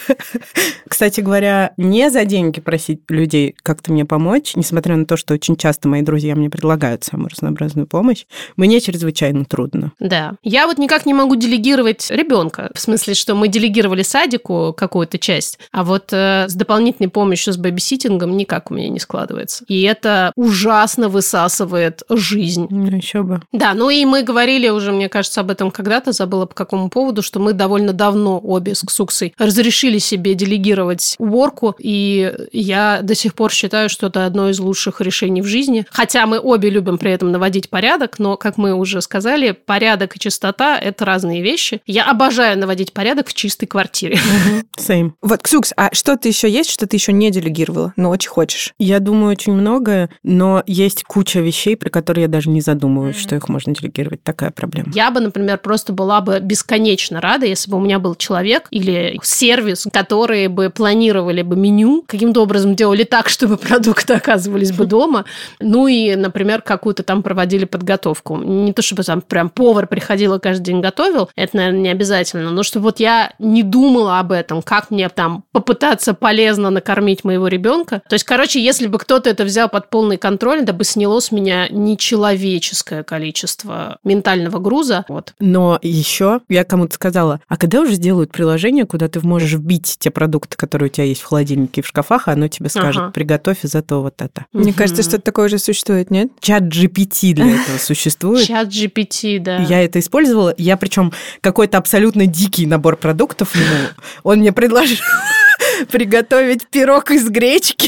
Кстати говоря, не за деньги просить людей как-то мне помочь, несмотря на то, что очень часто мои друзья мне предлагают самую разнообразную помощь, мне чрезвычайно трудно. Да. Я вот никак не могу делегировать ребенка. В смысле, что мы делегировали садику какую-то часть, а вот с дополнительной помощью, с бэбиситингом никак у меня не складывается. И это ужасно высасывает жизнь. Еще бы. Да, ну и мы говорили уже, мне кажется, об этом когда-то, забыла по какому поводу, что мы довольно давно обе с Ксуксой разрешили себе делегировать уборку, и я до сих пор считаю, что это одно из лучших решений в жизни. Хотя мы обе любим при этом наводить порядок, но, как мы уже сказали, порядок и чистота – это разные вещи. Я обожаю наводить порядок в чистой квартире. Same. Вот, Ксукс, а что-то еще есть, что ты еще не делегировала, но очень хочешь? Я думаю, очень многое, но есть куча вещей, про которые я даже не задумываюсь, что их можно делегировать. Такая проблема. Я бы, например, просто была бы бесконечно рада, если бы у меня был человек или сервис, которые бы планировали бы меню, каким-то образом делали так, чтобы продукты оказывались бы дома, ну и, например, какую-то там проводили подготовку. Не то, чтобы там прям повар приходил и каждый день готовил, это, наверное, не обязательно, но чтобы вот я не думала об этом, как мне там попытаться полезно накормить моего ребенка. То есть, короче, если бы кто-то это взял под полный контроль, это бы сняло с меня нечеловеческое количество ментального груза. Вот. Но еще я кому-то сказала, а когда уже сделают приложение, куда ты можешь вбить те продукты, которые у тебя есть в холодильнике и в шкафах, а оно тебе скажет, приготовь из этого вот это. Мне кажется, что-то такое уже существует, нет? Чат GPT для этого существует. Чат GPT, да. Я это использовала. Я причем какой-то абсолютно дикий набор продуктов ему. Он мне предложил приготовить пирог из гречки.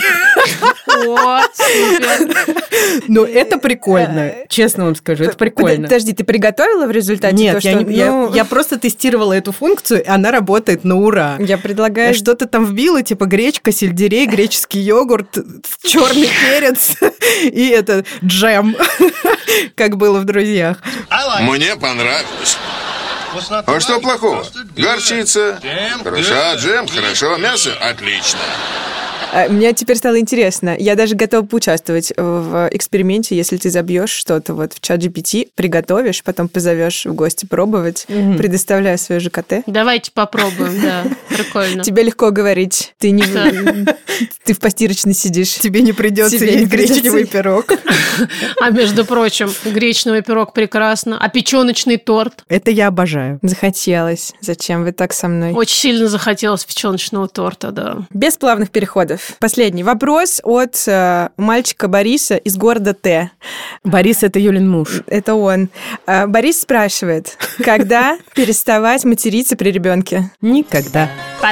О, супер. Ну, это прикольно. Честно вам скажу, это прикольно. Подожди, ты приготовила в результате? Нет, то, я просто тестировала эту функцию, и она работает на ура. Я предлагаю... Что-то там вбила, типа гречка, сельдерей, греческий йогурт, черный перец и это джем, как было в «Друзьях». Мне понравилось. А что плохого? Горчица. Хорошо, джем, хорошо, мясо, отлично. Мне теперь стало интересно. Я даже готова поучаствовать в эксперименте, если ты забьешь что-то вот в чат GPT, приготовишь, потом позовешь в гости пробовать, предоставляя свое ЖКТ. Давайте попробуем, да. Прикольно. Тебе легко говорить. Ты в постирочной сидишь. Тебе не придется есть гречневый пирог. А между прочим, гречневый пирог прекрасно. А печёночный торт? Это я обожаю. Захотелось. Зачем вы так со мной? Очень сильно захотелось печёночного торта, да. Без плавных переходов. Последний вопрос от мальчика Бориса из города Т. Борис – это Юлин муж. Это он. Борис спрашивает, когда переставать материться при ребенке? Никогда.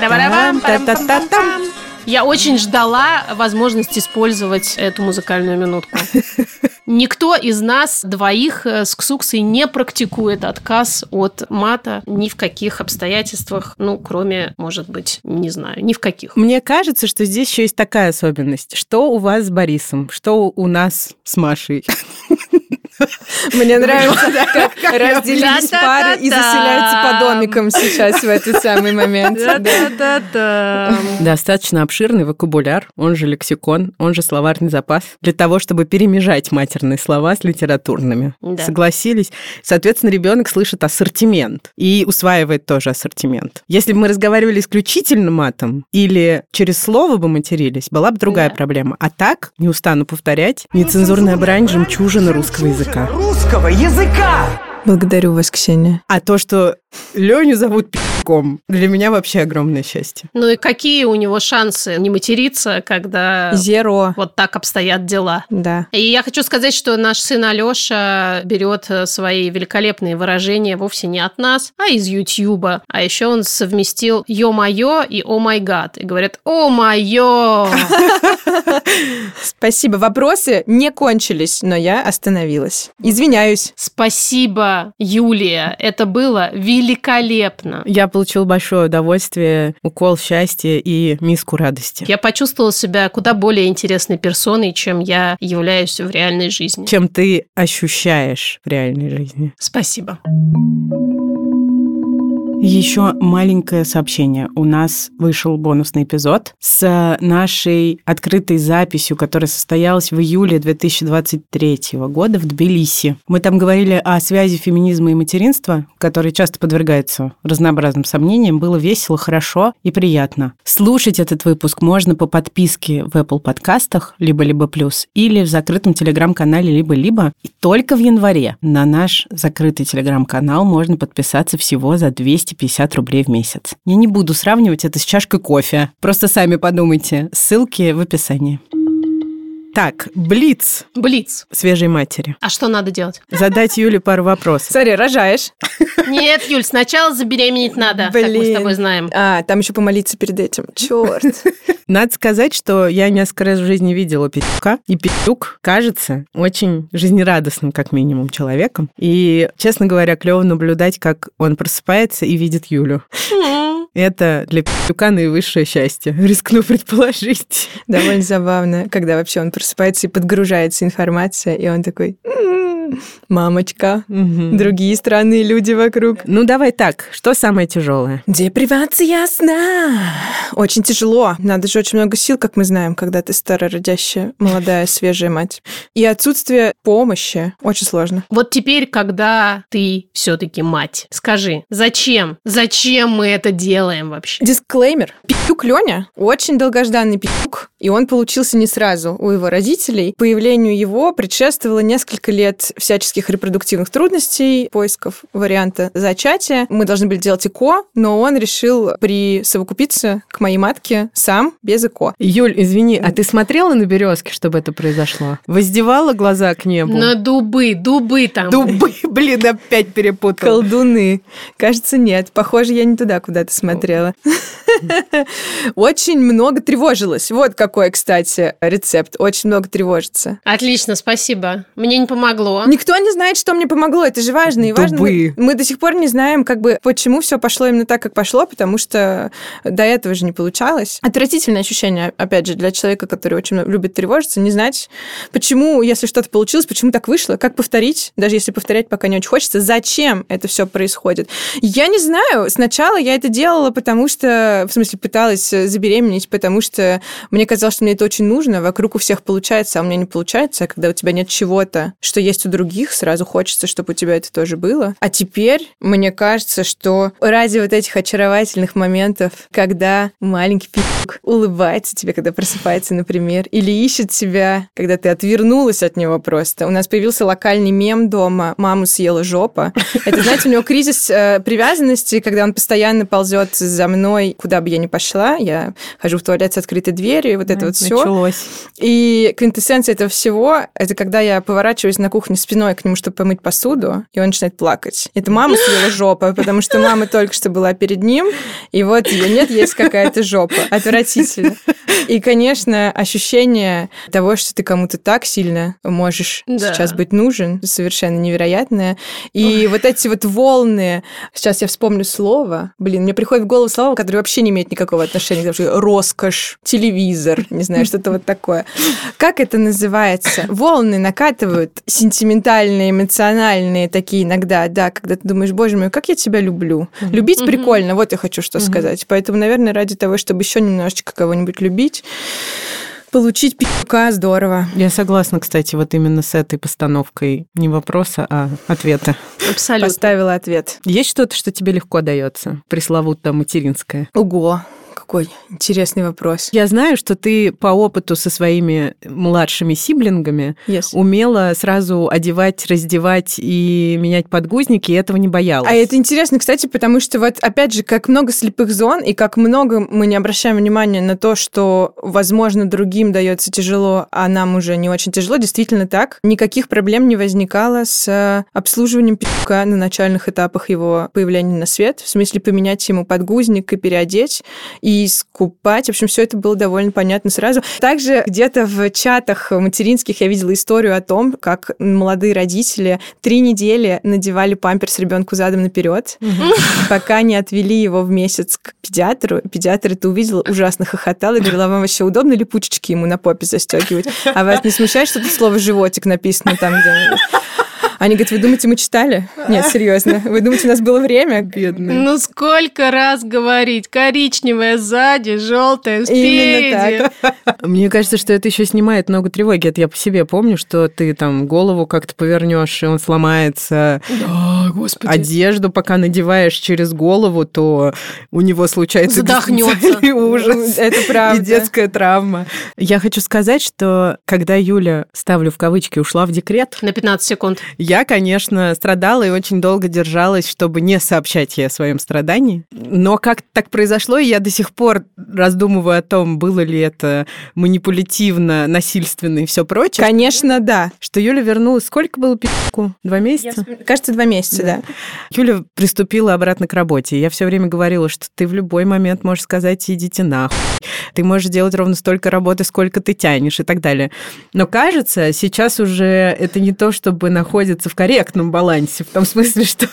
Я очень ждала возможности использовать эту музыкальную минутку. Никто из нас двоих с Ксуксой не практикует отказ от мата ни в каких обстоятельствах, ну, кроме, может быть, не знаю, ни в каких. Мне кажется, что здесь еще есть такая особенность. Что у вас с Борисом, что у нас с Машей. Мне нравится, как разделились пары и заселяются по домикам сейчас в этот самый момент. Достаточно обширный вокабуляр, он же лексикон, он же словарный запас, для того, чтобы перемежать матерные слова с литературными. Да. Согласились? Соответственно, ребенок слышит ассортимент и усваивает тоже ассортимент. Если бы мы разговаривали исключительно матом или через слово бы матерились, была бы другая проблема. А так, не устану повторять, нецензурная брань – жемчужина русского языка. Русского языка! Благодарю вас, Ксения. А то, что Леню зовут пи***ком, для меня вообще огромное счастье. Ну и какие у него шансы не материться, когда Зеро. вот так обстоят дела? Да. И я хочу сказать, что наш сын Алёша берет свои великолепные выражения вовсе не от нас, а из Ютьюба. А еще он совместил «ё-моё» и «о май гад». И говорят «о моё». Спасибо. Вопросы не кончились, но я остановилась. Извиняюсь. Спасибо, Юлия. Это было великолепно. Я получил большое удовольствие, укол счастья и миску радости. Я почувствовала себя куда более интересной персоной, чем я являюсь в реальной жизни. Чем ты ощущаешь в реальной жизни. Спасибо. Еще маленькое сообщение. У нас вышел бонусный эпизод с нашей открытой записью, которая состоялась в июле 2023 года в Тбилиси. Мы там говорили о связи феминизма и материнства, который часто подвергается разнообразным сомнениям. Было весело, хорошо и приятно. Слушать этот выпуск можно по подписке в Apple подкастах либо плюс или в закрытом телеграм-канале либо. И только в январе на наш закрытый телеграм-канал можно подписаться всего за 250 рублей в месяц. Я не буду сравнивать это с чашкой кофе. Просто сами подумайте. Ссылки в описании. Так, блиц. Блиц. Свежей матери. А что надо делать? Задать Юле пару вопросов. Смотри, рожаешь. Нет, Юль, сначала забеременеть надо, как мы с тобой знаем. А, там еще помолиться перед этим. Черт. Надо сказать, что я несколько раз в жизни видела петуха, и петух кажется очень жизнерадостным, как минимум, человеком. И, честно говоря, клево наблюдать, как он просыпается и видит Юлю. Это для петуха наивысшее счастье, рискну предположить. Довольно забавно, когда вообще он просыпается и подгружается информация, и он такой... Мамочка, другие странные люди вокруг. Ну, давай так, что самое тяжелое? Депривация сна. Очень тяжело. Надо же очень много сил, как мы знаем, когда ты старородящая, молодая, свежая мать. И отсутствие помощи очень сложно. Вот теперь, когда ты все-таки мать, скажи, зачем? Зачем мы это делаем вообще? Дисклеймер. Петух Лёня очень долгожданный петух, и он получился не сразу у его родителей. Появлению его предшествовало несколько лет всяческих репродуктивных трудностей, поисков варианта зачатия. Мы должны были делать ЭКО, но он решил присовокупиться к моей матке сам, без ЭКО. Юль, извини, а ты смотрела на березки, чтобы это произошло? Воздевала глаза к небу? На дубы там. Дубы, блин, опять перепутала. Колдуны. Кажется, нет. Похоже, я не туда куда-то смотрела. Очень много тревожилась. Вот какой, кстати, рецепт. Очень много тревожиться. Отлично, спасибо. Мне не помогло. Никто не знает, что мне помогло. Это же важно. И важно. Мы до сих пор не знаем, почему все пошло именно так, как пошло, потому что до этого же не получалось. Отвратительное ощущение, опять же, для человека, который очень любит тревожиться, не знать, почему, если что-то получилось, почему так вышло, как повторить, даже если повторять пока не очень хочется, зачем это все происходит. Я не знаю. Сначала я это делала, потому что, в смысле, пыталась забеременеть, потому что мне казалось, что мне это очень нужно, вокруг у всех получается, а у меня не получается, а когда у тебя нет чего-то, что есть у других, сразу хочется, чтобы у тебя это тоже было. А теперь мне кажется, что ради вот этих очаровательных моментов, когда маленький пи***к улыбается тебе, когда просыпается, например, или ищет тебя, когда ты отвернулась от него просто. У нас появился локальный мем дома «Маму съела жопа». Это, знаете, у него кризис привязанности, когда он постоянно ползет за мной, куда бы я ни пошла. Я хожу в туалет с открытой дверью, и вот это вот все. Началось. И квинтэссенция этого всего – это когда я поворачиваюсь на кухне спиной к нему, чтобы помыть посуду, и он начинает плакать. Это мама съела жопа, потому что мама только что была перед ним, и вот ее нет, есть какая-то жопа. Отвратительно. И, конечно, ощущение того, что ты кому-то так сильно можешь сейчас быть нужен, совершенно невероятное. И вот эти вот волны, сейчас я вспомню слово, мне приходит в голову слово, которое вообще не имеет никакого отношения к тому, роскошь, телевизор, не знаю, что-то вот такое. Как это называется? Волны накатывают, сентиментальные, эмоциональные такие иногда, да, когда ты думаешь, боже мой, как я тебя люблю. Любить прикольно, вот я хочу что сказать. Поэтому, наверное, ради того, чтобы еще немножечко кого-нибудь любить, получить пи***ка здорово. Я согласна, кстати, вот именно с этой постановкой не вопроса, а ответа. Абсолютно. Поставила ответ. Есть что-то, что тебе легко дается? Пресловутое материнское. Ого, какой интересный вопрос. Я знаю, что ты по опыту со своими младшими сиблингами умела сразу одевать, раздевать и менять подгузники, и этого не боялась. А это интересно, кстати, потому что вот опять же, как много слепых зон, и как много мы не обращаем внимания на то, что, возможно, другим дается тяжело, а нам уже не очень тяжело, действительно так. Никаких проблем не возникало с обслуживанием пи***ка на начальных этапах его появления на свет. В смысле, поменять ему подгузник и переодеть, и искупать. В общем, все это было довольно понятно сразу. Также где-то в чатах материнских я видела историю о том, как молодые родители 3 недели надевали памперс ребенку задом наперед, пока не отвели его в месяц к педиатру. Педиатр это увидел, ужасно хохотал и говорил: а вам вообще удобно ли пучечки ему на попе застегивать? А вас не смущает, что тут слово «животик» написано там где-нибудь? Они говорят: вы думаете, мы читали? Нет, серьезно. Вы думаете, у нас было время? Бедные. Ну, сколько раз говорить? Коричневая сзади, желтая спереди. Именно так. Мне кажется, что это еще снимает много тревоги. Это я по себе помню, что ты там голову как-то повернешь, и он сломается. Да, господи. Одежду пока надеваешь через голову, то у него случается задохнется. Ужас. Это правда. И детская травма. Я хочу сказать, что когда Юля, ставлю в кавычки, ушла в декрет... На 15 секунд. Я, конечно, страдала и очень долго держалась, чтобы не сообщать ей о своем страдании. Но как так произошло, и я до сих пор раздумываю о том, было ли это манипулятивно, насильственно и все прочее. Конечно, да. Что Юля вернулась... Сколько было пи***ку? 2 месяца? Кажется, 2 месяца, да. Юля приступила обратно к работе. Я все время говорила, что ты в любой момент можешь сказать: идите нахуй. Ты можешь делать ровно столько работы, сколько ты тянешь и так далее. Но кажется, сейчас уже это не то, чтобы находится в корректном балансе, в том смысле, что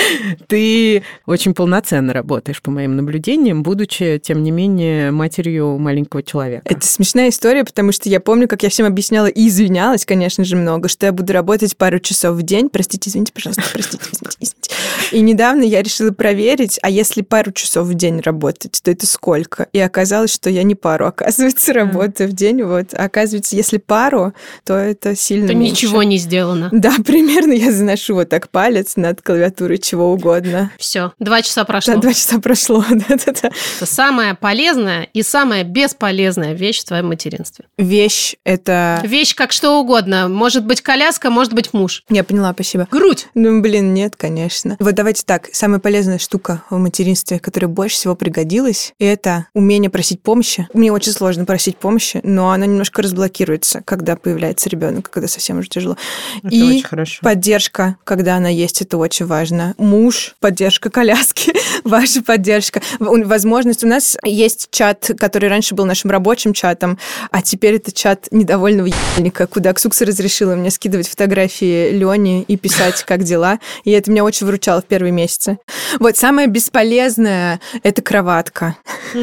ты очень полноценно работаешь, по моим наблюдениям, будучи, тем не менее, матерью маленького человека. Это смешная история, потому что я помню, как я всем объясняла и извинялась, конечно же, много, что я буду работать пару часов в день. Простите, извините, пожалуйста, простите, извините. И недавно я решила проверить, а если пару часов в день работать, то это сколько? И оказалось, что я не пару, оказывается, работаю в день. Вот. А оказывается, если пару, то это сильно то меньше. Ничего не сделано. Да, примерно я заношу вот так палец над клавиатурой чего угодно. Все, 2 часа прошло. Да, 2 часа прошло. Да. Это самая полезная и самая бесполезная вещь в твоем материнстве. Вещь – это... Вещь как что угодно. Может быть коляска, может быть муж. Я поняла, спасибо. Грудь. Ну, блин, нет, конечно. Вот давайте так. Самая полезная штука в материнстве, которая больше всего пригодилась, это умение просить помощи. Мне очень сложно просить помощи, но она немножко разблокируется, когда появляется ребенок, когда совсем уже тяжело. Это и очень хорошо. Поддержка, когда она есть, это очень важно. Муж, поддержка коляски, ваша поддержка. Возможность. У нас есть чат, который раньше был нашим рабочим чатом, а теперь это чат недовольного ебальника, куда Ксукса разрешила мне скидывать фотографии Лёни и писать, как дела. И это меня очень выручало в первые месяцы. Вот самое бесполезное – это кроватка.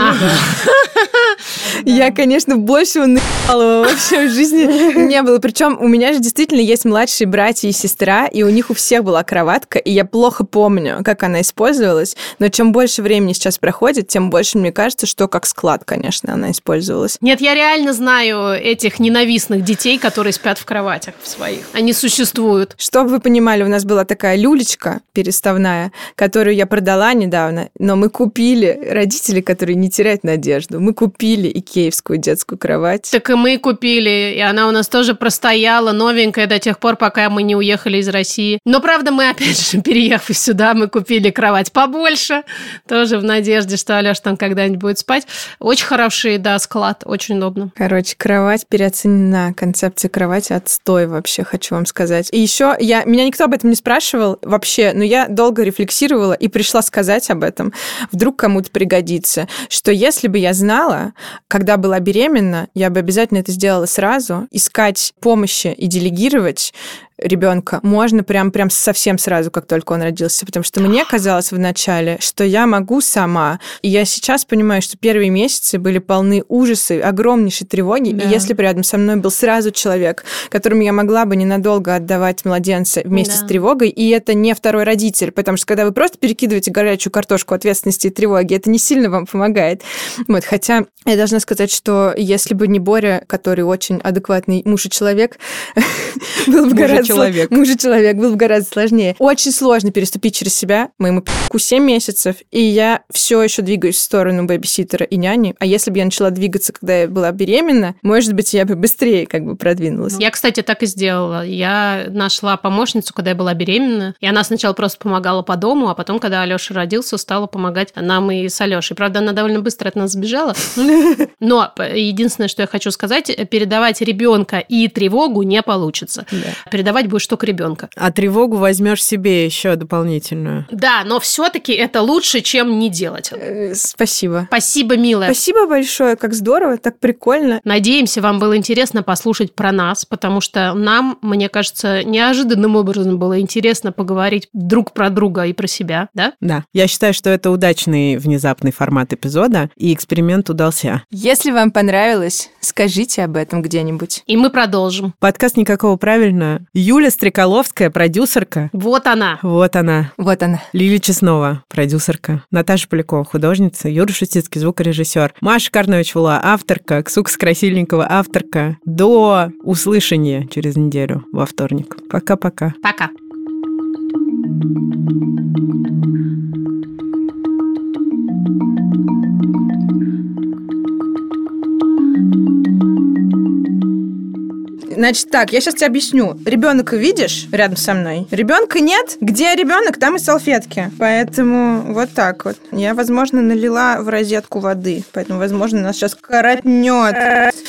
Я, конечно, большего наебалого вообще в жизни не было. Причем у меня же действительно есть младшие братья и сестра, и у них у всех была кроватка, и я плохо помню, как она использовалась, но чем больше времени сейчас проходит, тем больше мне кажется, что как склад, конечно, она использовалась. Нет, я реально знаю этих ненавистных детей, которые спят в кроватях в своих. Они существуют. Чтобы вы понимали, у нас была такая люлечка переставная, которую я продала недавно, но мы купили, родители, которые не теряют надежду, мы купили икеевскую детскую кровать. Так и мы купили, и она у нас тоже простояла новенькая до тех пор, пока мы не уехали из России. Но, правда, мы, опять же, переехав сюда, мы купили кровать побольше, тоже в надежде, что Алёш там когда-нибудь будет спать. Очень хороший, да, склад, очень удобно. Короче, кровать переоценена. Концепция кровати отстой вообще, хочу вам сказать. И еще меня никто об этом не спрашивал вообще, но я долго рефлексировала и пришла сказать об этом. Вдруг кому-то пригодится, что если бы я знала, когда была беременна, я бы обязательно это сделала сразу. Искать помощи и делегировать ребенка можно прям совсем сразу, как только он родился, потому что мне казалось вначале, что я могу сама. И я сейчас понимаю, что первые месяцы были полны ужаса, огромнейшей тревоги. Да. И если бы рядом со мной был сразу человек, которому я могла бы ненадолго отдавать младенца вместе с тревогой, и это не второй родитель, потому что когда вы просто перекидываете горячую картошку ответственности и тревоги, это не сильно вам помогает. Вот, хотя я должна сказать, что если бы не Боря, который очень адекватный муж и человек, было бы гораздо человек. Мужа человек был бы гораздо сложнее. Очень сложно переступить через себя. Моему пи***ку 7 месяцев, и я все еще двигаюсь в сторону бэбиситера и няни. А если бы я начала двигаться, когда я была беременна, может быть, я бы быстрее продвинулась. Я, кстати, так и сделала. Я нашла помощницу, когда я была беременна, и она сначала просто помогала по дому, а потом, когда Алёша родился, стала помогать нам и с Алёшей. Правда, она довольно быстро от нас сбежала. Но единственное, что я хочу сказать, передавать ребенка и тревогу не получится. Передавать будешь только ребенка. А тревогу возьмешь себе еще дополнительную. Да, но все-таки это лучше, чем не делать. Спасибо. Спасибо, милая. Спасибо большое, как здорово, так прикольно. Надеемся, вам было интересно послушать про нас, потому что нам, мне кажется, неожиданным образом было интересно поговорить друг про друга и про себя, да? Да. Я считаю, что это удачный внезапный формат эпизода, и эксперимент удался. Если вам понравилось, скажите об этом где-нибудь. И мы продолжим. Подкаст «Никакого правильно». Юля Стрекаловская, продюсерка. Вот она. Вот она. Вот она. Лилия Чеснова, продюсерка. Наташа Полякова, художница. Юра Шустицкий, звукорежиссер. Маша Карнович-Вула, авторка. Ксукса Красильникова, авторка. До услышания через неделю во вторник. Пока-пока. Пока. Значит, так, я сейчас тебе объясню. Ребенка видишь рядом со мной? Ребенка нет? Где ребенок, там и салфетки. Поэтому вот так вот. Я, возможно, налила в розетку воды. Поэтому, возможно, нас сейчас коротнет.